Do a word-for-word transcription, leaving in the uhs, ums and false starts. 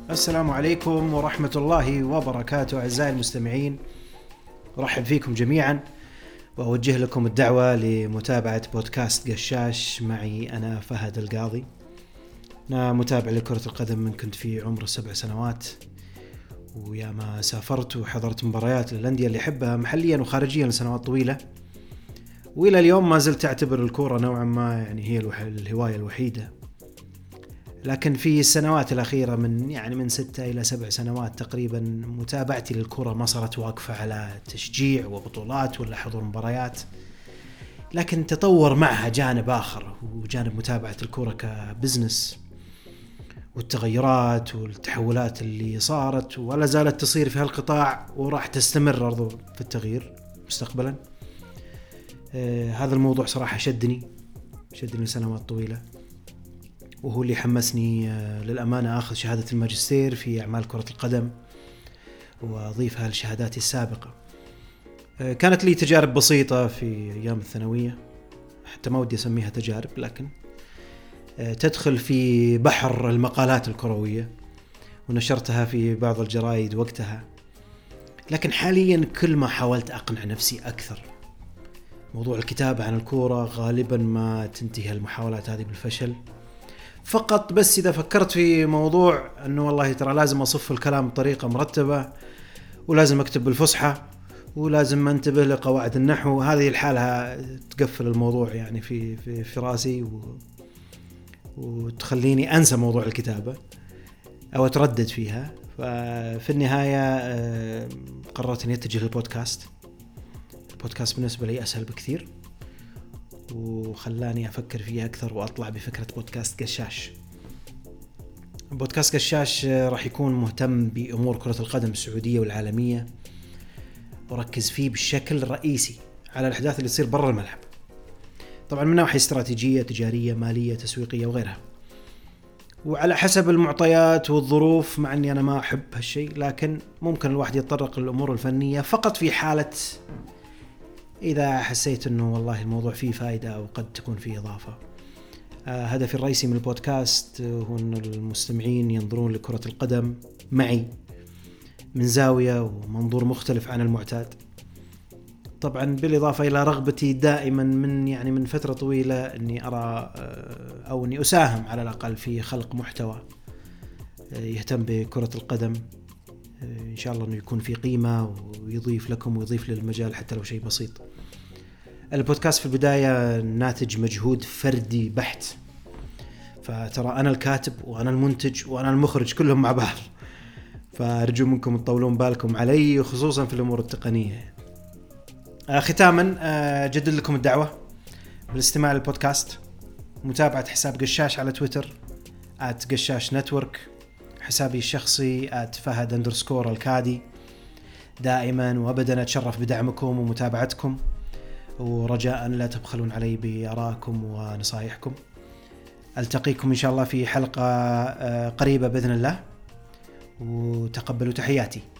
السلام عليكم ورحمة الله وبركاته أعزائي المستمعين، أرحب فيكم جميعا وأوجه لكم الدعوة لمتابعة بودكاست قشاش معي أنا فهد القاضي. أنا متابع لكرة القدم من كنت في عمر سبع سنوات، ويا ما سافرت وحضرت مباريات للأندية اللي أحبها محليا وخارجيا لسنوات طويلة، وإلى اليوم ما زلت أعتبر الكرة نوعا ما يعني هي الهواية الوحيدة. لكن في السنوات الأخيرة من يعني من ستة إلى سبع سنوات تقريبا متابعتي للكرة ما صارت واقفة على تشجيع وبطولات ولا حضور مباريات، لكن تطور معها جانب آخر، وجانب متابعة الكرة كبزنس والتغيرات والتحولات اللي صارت ولا زالت تصير في هالقطاع وراح تستمر برضو في التغيير مستقبلا. آه هذا الموضوع صراحة شدني شدني سنوات طويلة، وهو اللي حمسني للأمانة أخذ شهادة الماجستير في أعمال كرة القدم وأضيفها لشهاداتي السابقة. كانت لي تجارب بسيطة في أيام الثانوية، حتى ما ودي أسميها تجارب، لكن تدخل في بحر المقالات الكروية ونشرتها في بعض الجرائد وقتها. لكن حاليا كل ما حاولت أقنع نفسي أكثر، موضوع الكتابة عن الكرة غالبا ما تنتهي المحاولات هذه بالفشل، فقط بس إذا فكرت في موضوع أنه والله ترى لازم أصف الكلام بطريقة مرتبة، ولازم أكتب بالفصحى، ولازم أنتبه لقواعد النحو، هذه الحالة تقفل الموضوع يعني في في, في راسي و وتخليني أنسى موضوع الكتابة أو أتردد فيها. ففي النهاية قررت أن أتجه للبودكاست. البودكاست بالنسبة لي أسهل بكثير، وخلاني أفكر فيه أكثر وأطلع بفكرة بودكاست قشاش. بودكاست قشاش راح يكون مهتم بأمور كرة القدم السعودية والعالمية، وركز فيه بشكل رئيسي على الأحداث اللي تصير برا الملعب، طبعا من ناحية استراتيجية، تجارية، مالية، تسويقية وغيرها، وعلى حسب المعطيات والظروف. مع أني أنا ما أحب هالشيء، لكن ممكن الواحد يتطرق للأمور الفنية فقط في حالة إذا حسيت أنه والله الموضوع فيه فائدة أو قد تكون فيه إضافة. آه هدفي الرئيسي من البودكاست هو أن المستمعين ينظرون لكرة القدم معي من زاوية ومنظور مختلف عن المعتاد، طبعا بالإضافة إلى رغبتي دائما من يعني من فترة طويلة أني أرى آه أو أني أساهم على الأقل في خلق محتوى آه يهتم بكرة القدم، إن شاء الله أنه يكون في قيمة ويضيف لكم ويضيف للمجال حتى لو شيء بسيط. البودكاست في البداية ناتج مجهود فردي بحت، فترى أنا الكاتب وأنا المنتج وأنا المخرج كلهم مع بعض، فأرجو منكم تطولون بالكم علي خصوصا في الأمور التقنية. ختاما جدد لكم الدعوة بالاستماع للبودكاست، متابعة حساب قشاش على تويتر آت قشاش نتورك، حسابي الشخصي آت فهد اندرسكور الكادي. دائما وابدا اتشرف بدعمكم ومتابعتكم، ورجاء لا تبخلون علي بآرائكم ونصائحكم. التقيكم ان شاء الله في حلقة قريبة باذن الله، وتقبلوا تحياتي.